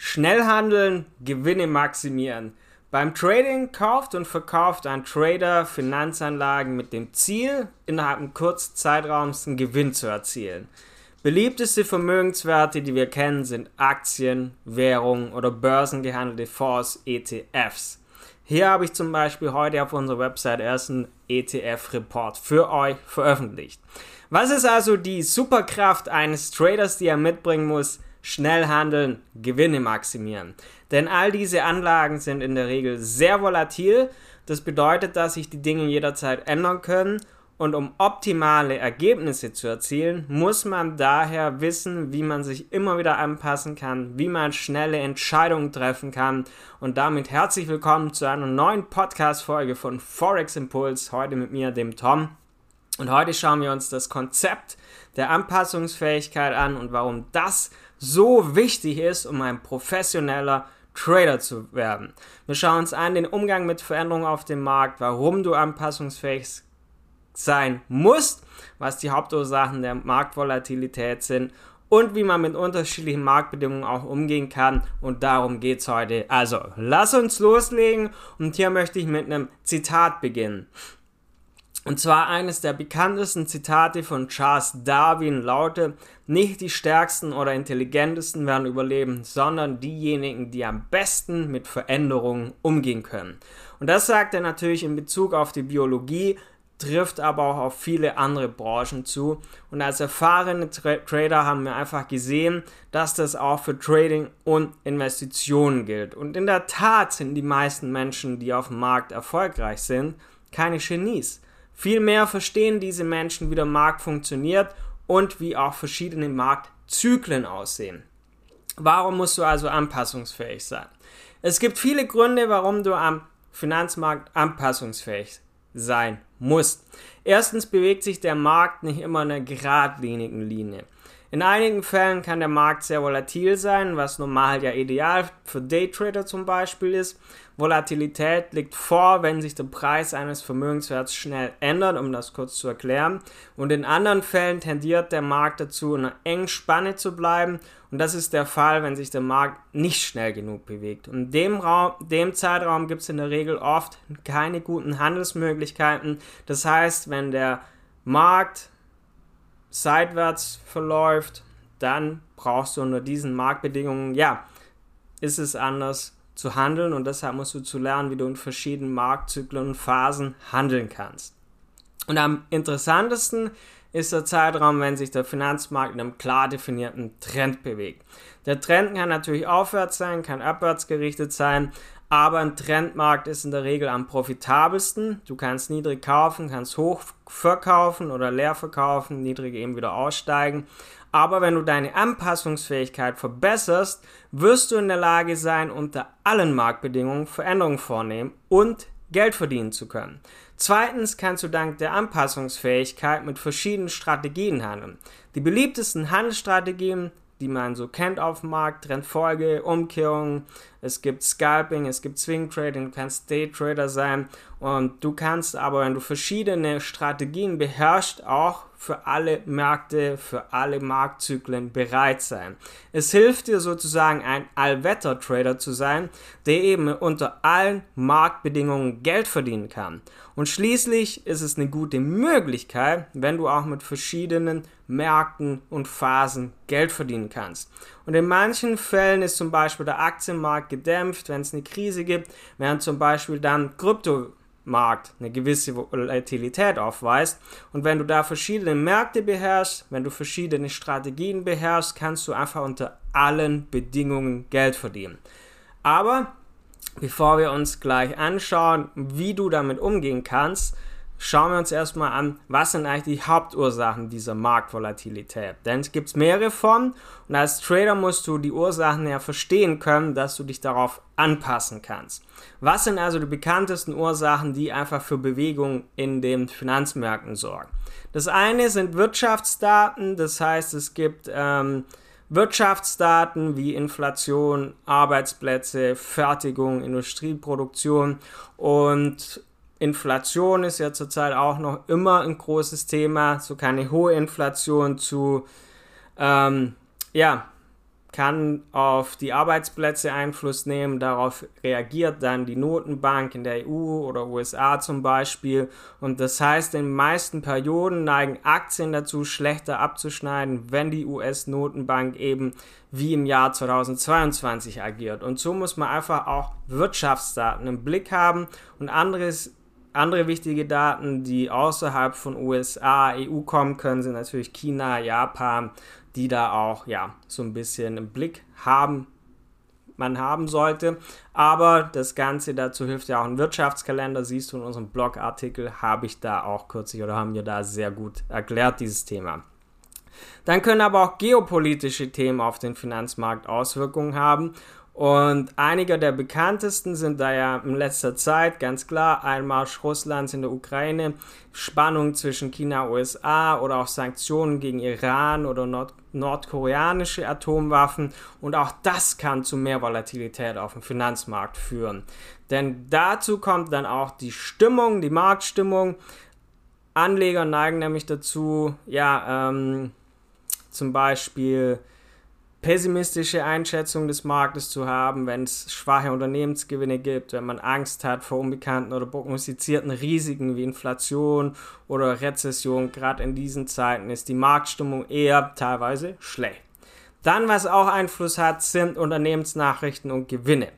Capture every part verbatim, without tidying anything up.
Schnell handeln, Gewinne maximieren. Beim Trading kauft und verkauft ein Trader Finanzanlagen mit dem Ziel, innerhalb eines kurzen Zeitraums einen Gewinn zu erzielen. Beliebteste Vermögenswerte, die wir kennen, sind Aktien, Währungen oder börsengehandelte Fonds, E T Fs. Hier habe ich zum Beispiel heute auf unserer Website erst einen E T F-Report für euch veröffentlicht. Was ist also die Superkraft eines Traders, die er mitbringen muss? Schnell handeln, Gewinne maximieren. Denn all diese Anlagen sind in der Regel sehr volatil. Das bedeutet, dass sich die Dinge jederzeit ändern können. Und um optimale Ergebnisse zu erzielen, muss man daher wissen, wie man sich immer wieder anpassen kann, wie man schnelle Entscheidungen treffen kann. Und damit herzlich willkommen zu einer neuen Podcast-Folge von Forex Impuls. Heute mit mir, dem Tom. Und heute schauen wir uns das Konzept der Anpassungsfähigkeit an und warum das so wichtig ist, um ein professioneller Trader zu werden. Wir schauen uns an den Umgang mit Veränderungen auf dem Markt, warum du anpassungsfähig sein musst, was die Hauptursachen der Marktvolatilität sind und wie man mit unterschiedlichen Marktbedingungen auch umgehen kann, und darum geht es heute. Also, lass uns loslegen, und hier möchte ich mit einem Zitat beginnen. Und zwar eines der bekanntesten Zitate von Charles Darwin lautet: Nicht die Stärksten oder Intelligentesten werden überleben, sondern diejenigen, die am besten mit Veränderungen umgehen können. Und das sagt er natürlich in Bezug auf die Biologie, trifft aber auch auf viele andere Branchen zu. Und als erfahrene Tra- Trader haben wir einfach gesehen, dass das auch für Trading und Investitionen gilt. Und in der Tat sind die meisten Menschen, die auf dem Markt erfolgreich sind, keine Genies. Vielmehr verstehen diese Menschen, wie der Markt funktioniert und wie auch verschiedene Marktzyklen aussehen. Warum musst du also anpassungsfähig sein? Es gibt viele Gründe, warum du am Finanzmarkt anpassungsfähig sein musst. Erstens bewegt sich der Markt nicht immer in einer geradlinigen Linie. In einigen Fällen kann der Markt sehr volatil sein, was normal ja ideal für Daytrader zum Beispiel ist. Volatilität liegt vor, wenn sich der Preis eines Vermögenswerts schnell ändert, um das kurz zu erklären. Und in anderen Fällen tendiert der Markt dazu, in einer engen Spanne zu bleiben. Und das ist der Fall, wenn sich der Markt nicht schnell genug bewegt. Und in dem, Raum, dem Zeitraum gibt es in der Regel oft keine guten Handelsmöglichkeiten. Das heißt, wenn der Markt seitwärts verläuft, dann brauchst du unter diesen Marktbedingungen, ja, ist es anders zu handeln, und deshalb musst du zu lernen, wie du in verschiedenen Marktzyklen und Phasen handeln kannst. Und am interessantesten ist der Zeitraum, wenn sich der Finanzmarkt in einem klar definierten Trend bewegt. Der Trend kann natürlich aufwärts sein, kann abwärts gerichtet sein, aber ein Trendmarkt ist in der Regel am profitabelsten. Du kannst niedrig kaufen, kannst hoch verkaufen oder leer verkaufen, niedrig eben wieder aussteigen. Aber wenn du deine Anpassungsfähigkeit verbesserst, wirst du in der Lage sein, unter allen Marktbedingungen Veränderungen vornehmen und Geld verdienen zu können. Zweitens kannst du dank der Anpassungsfähigkeit mit verschiedenen Strategien handeln. Die beliebtesten Handelsstrategien, die man so kennt auf dem Markt, Trendfolge, Umkehrung, es gibt Scalping, es gibt Swing Trading, du kannst Daytrader sein, und du kannst aber, wenn du verschiedene Strategien beherrschst, auch für alle Märkte, für alle Marktzyklen bereit sein. Es hilft dir sozusagen, ein Allwetter-Trader zu sein, der eben unter allen Marktbedingungen Geld verdienen kann. Und schließlich ist es eine gute Möglichkeit, wenn du auch mit verschiedenen Märkten und Phasen Geld verdienen kannst. Und in manchen Fällen ist zum Beispiel der Aktienmarkt gedämpft, wenn es eine Krise gibt, während zum Beispiel dann Kryptomarkt eine gewisse Volatilität aufweist. Und wenn du da verschiedene Märkte beherrschst, wenn du verschiedene Strategien beherrschst, kannst du einfach unter allen Bedingungen Geld verdienen. Aber bevor wir uns gleich anschauen, wie du damit umgehen kannst, schauen wir uns erstmal an, was sind eigentlich die Hauptursachen dieser Marktvolatilität. Denn es gibt mehrere von, und als Trader musst du die Ursachen ja verstehen können, dass du dich darauf anpassen kannst. Was sind also die bekanntesten Ursachen, die einfach für Bewegung in den Finanzmärkten sorgen? Das eine sind Wirtschaftsdaten, das heißt, es gibt ähm, Wirtschaftsdaten wie Inflation, Arbeitsplätze, Fertigung, Industrieproduktion, und Inflation ist ja zurzeit auch noch immer ein großes Thema. So kann eine hohe Inflation zu ähm, ja, kann auf die Arbeitsplätze Einfluss nehmen, darauf reagiert dann die Notenbank in der E U oder U S A zum Beispiel, und das heißt, in den meisten Perioden neigen Aktien dazu, schlechter abzuschneiden, wenn die U S-Notenbank eben wie im Jahr zweitausendzweiundzwanzig agiert, und so muss man einfach auch Wirtschaftsdaten im Blick haben und anderes Andere wichtige Daten, die außerhalb von U S A, E U kommen können, sind natürlich China, Japan, die da auch ja so ein bisschen im Blick haben, man haben sollte. Aber das Ganze dazu hilft ja auch ein Wirtschaftskalender, siehst du in unserem Blogartikel, habe ich da auch kürzlich oder haben wir da sehr gut erklärt, dieses Thema. Dann können aber auch geopolitische Themen auf den Finanzmarkt Auswirkungen haben. Und einige der bekanntesten sind da ja in letzter Zeit ganz klar Einmarsch Russlands in der Ukraine, Spannung zwischen China und U S A oder auch Sanktionen gegen Iran oder nord- nordkoreanische Atomwaffen, und auch das kann zu mehr Volatilität auf dem Finanzmarkt führen. Denn dazu kommt dann auch die Stimmung, die Marktstimmung. Anleger neigen nämlich dazu, ja, ähm, zum Beispiel pessimistische Einschätzung des Marktes zu haben, wenn es schwache Unternehmensgewinne gibt, wenn man Angst hat vor unbekannten oder prognostizierten Risiken wie Inflation oder Rezession. Gerade in diesen Zeiten ist die Marktstimmung eher teilweise schlecht. Dann, was auch Einfluss hat, sind Unternehmensnachrichten und Gewinne.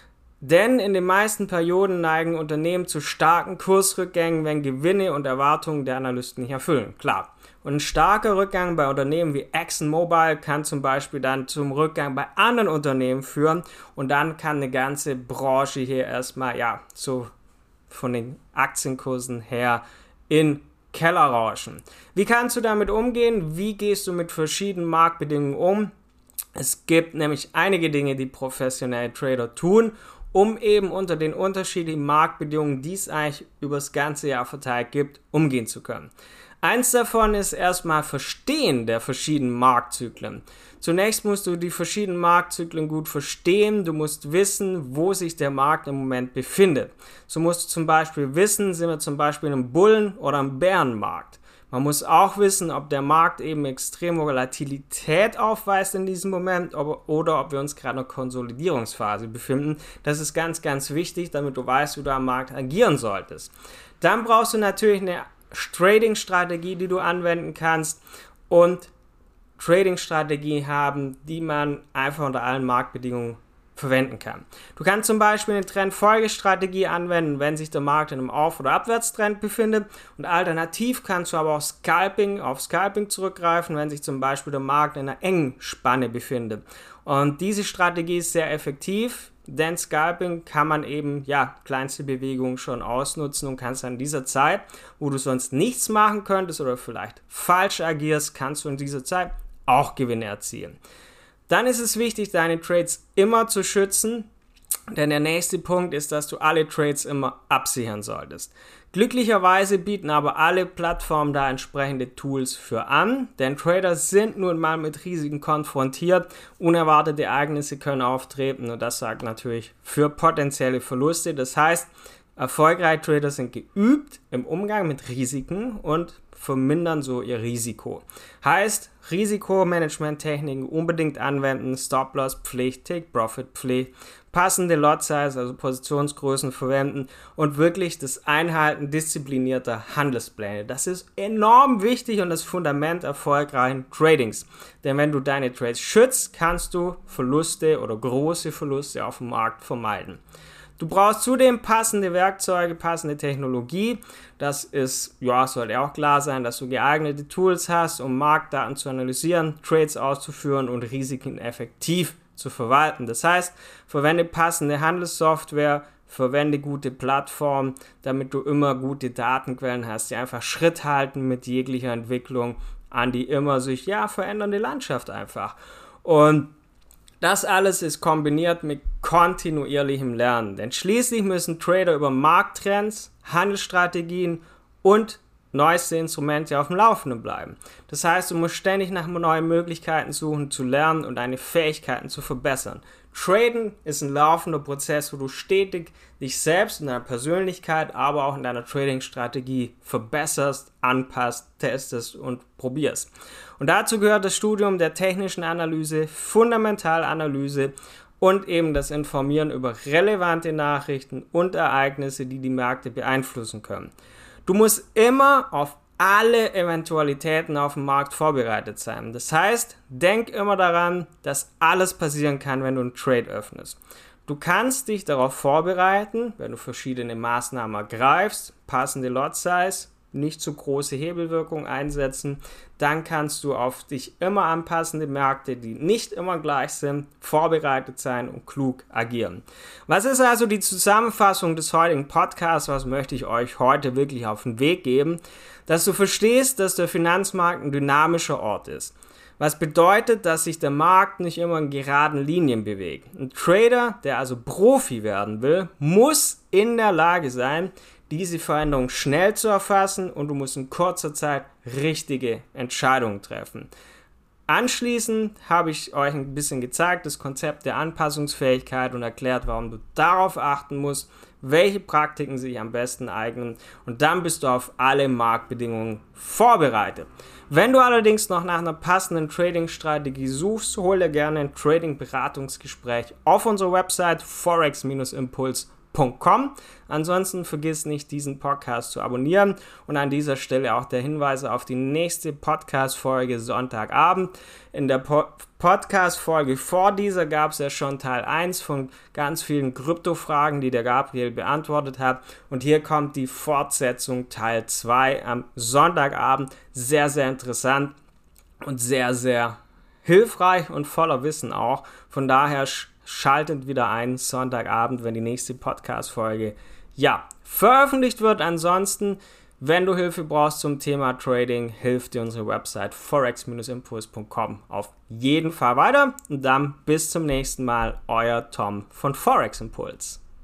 Denn in den meisten Perioden neigen Unternehmen zu starken Kursrückgängen, wenn Gewinne und Erwartungen der Analysten nicht erfüllen. Klar. Und ein starker Rückgang bei Unternehmen wie ExxonMobil kann zum Beispiel dann zum Rückgang bei anderen Unternehmen führen, und dann kann eine ganze Branche hier erstmal, ja, so von den Aktienkursen her in Keller rauschen. Wie kannst du damit umgehen? Wie gehst du mit verschiedenen Marktbedingungen um? Es gibt nämlich einige Dinge, die professionelle Trader tun, um eben unter den unterschiedlichen Marktbedingungen, die es eigentlich über das ganze Jahr verteilt gibt, umgehen zu können. Eins davon ist erstmal Verstehen der verschiedenen Marktzyklen. Zunächst musst du die verschiedenen Marktzyklen gut verstehen. Du musst wissen, wo sich der Markt im Moment befindet. So musst du zum Beispiel wissen, sind wir zum Beispiel in einem Bullen- oder einem Bärenmarkt. Man muss auch wissen, ob der Markt eben extreme Volatilität aufweist in diesem Moment ob, oder ob wir uns gerade in einer Konsolidierungsphase befinden. Das ist ganz, ganz wichtig, damit du weißt, wie du am Markt agieren solltest. Dann brauchst du natürlich eine Trading-Strategie, die du anwenden kannst, und Trading-Strategie haben, die man einfach unter allen Marktbedingungen verwenden kann. Du kannst zum Beispiel eine Trendfolgestrategie anwenden, wenn sich der Markt in einem Auf- oder Abwärtstrend befindet, und alternativ kannst du aber auch Scalping, auf Scalping zurückgreifen, wenn sich zum Beispiel der Markt in einer engen Spanne befindet. Und diese Strategie ist sehr effektiv, denn Scalping kann man eben, ja, kleinste Bewegungen schon ausnutzen und kannst an dieser Zeit, wo du sonst nichts machen könntest oder vielleicht falsch agierst, kannst du in dieser Zeit auch Gewinne erzielen. Dann ist es wichtig, deine Trades immer zu schützen, denn der nächste Punkt ist, dass du alle Trades immer absichern solltest. Glücklicherweise bieten aber alle Plattformen da entsprechende Tools für an, denn Trader sind nun mal mit Risiken konfrontiert, unerwartete Ereignisse können auftreten, und das sorgt natürlich für potenzielle Verluste. Das heißt, erfolgreiche Trader sind geübt im Umgang mit Risiken und vermindern so ihr Risiko. Heißt, Risikomanagement-Techniken unbedingt anwenden, Stop-Loss-Pflicht, Take-Profit-Pflicht, passende Lot-Size, also Positionsgrößen verwenden und wirklich das Einhalten disziplinierter Handelspläne. Das ist enorm wichtig und das Fundament erfolgreichen Tradings. Denn wenn du deine Trades schützt, kannst du Verluste oder große Verluste auf dem Markt vermeiden. Du brauchst zudem passende Werkzeuge, passende Technologie. Das ist, ja, sollte auch klar sein, dass du geeignete Tools hast, um Marktdaten zu analysieren, Trades auszuführen und Risiken effektiv zu verwalten. Das heißt, verwende passende Handelssoftware, verwende gute Plattformen, damit du immer gute Datenquellen hast, die einfach Schritt halten mit jeglicher Entwicklung an die immer sich, ja, verändernde Landschaft einfach. Und das alles ist kombiniert mit kontinuierlichem Lernen, denn schließlich müssen Trader über Markttrends, Handelsstrategien und neueste Instrumente auf dem Laufenden bleiben. Das heißt, du musst ständig nach neuen Möglichkeiten suchen, zu lernen und deine Fähigkeiten zu verbessern. Traden ist ein laufender Prozess, wo du stetig dich selbst in deiner Persönlichkeit, aber auch in deiner Trading-Strategie verbesserst, anpasst, testest und probierst. Und dazu gehört das Studium der technischen Analyse, Fundamentalanalyse und eben das Informieren über relevante Nachrichten und Ereignisse, die die Märkte beeinflussen können. Du musst immer auf alle Eventualitäten auf dem Markt vorbereitet sein. Das heißt, denk immer daran, dass alles passieren kann, wenn du einen Trade öffnest. Du kannst dich darauf vorbereiten, wenn du verschiedene Maßnahmen ergreifst, passende Lot Size, nicht zu große Hebelwirkung einsetzen, dann kannst du auf dich immer anpassende Märkte, die nicht immer gleich sind, vorbereitet sein und klug agieren. Was ist also die Zusammenfassung des heutigen Podcasts? Was möchte ich euch heute wirklich auf den Weg geben? Dass du verstehst, dass der Finanzmarkt ein dynamischer Ort ist. Was bedeutet, dass sich der Markt nicht immer in geraden Linien bewegt. Ein Trader, der also Profi werden will, muss in der Lage sein, diese Veränderung schnell zu erfassen und du musst in kurzer Zeit richtige Entscheidungen treffen. Anschließend habe ich euch ein bisschen gezeigt, das Konzept der Anpassungsfähigkeit und erklärt, warum du darauf achten musst, welche Praktiken sich am besten eignen und dann bist du auf alle Marktbedingungen vorbereitet. Wenn du allerdings noch nach einer passenden Trading-Strategie suchst, hol dir gerne ein Trading-Beratungsgespräch auf unserer Website forex impuls punkt com. Ansonsten vergiss nicht, diesen Podcast zu abonnieren und an dieser Stelle auch der Hinweis auf die nächste Podcast-Folge Sonntagabend. In der po- Podcast-Folge vor dieser gab es ja schon Teil eins von ganz vielen Krypto-Fragen, die der Gabriel beantwortet hat und hier kommt die Fortsetzung Teil zwei am Sonntagabend. Sehr, sehr interessant und sehr, sehr hilfreich und voller Wissen auch. Von daher schaltet wieder ein, Sonntagabend, wenn die nächste Podcast-Folge ja, veröffentlicht wird. Ansonsten, wenn du Hilfe brauchst zum Thema Trading, hilft dir unsere Website forex impuls punkt com auf jeden Fall weiter. Und dann bis zum nächsten Mal, euer Tom von Forex Impuls.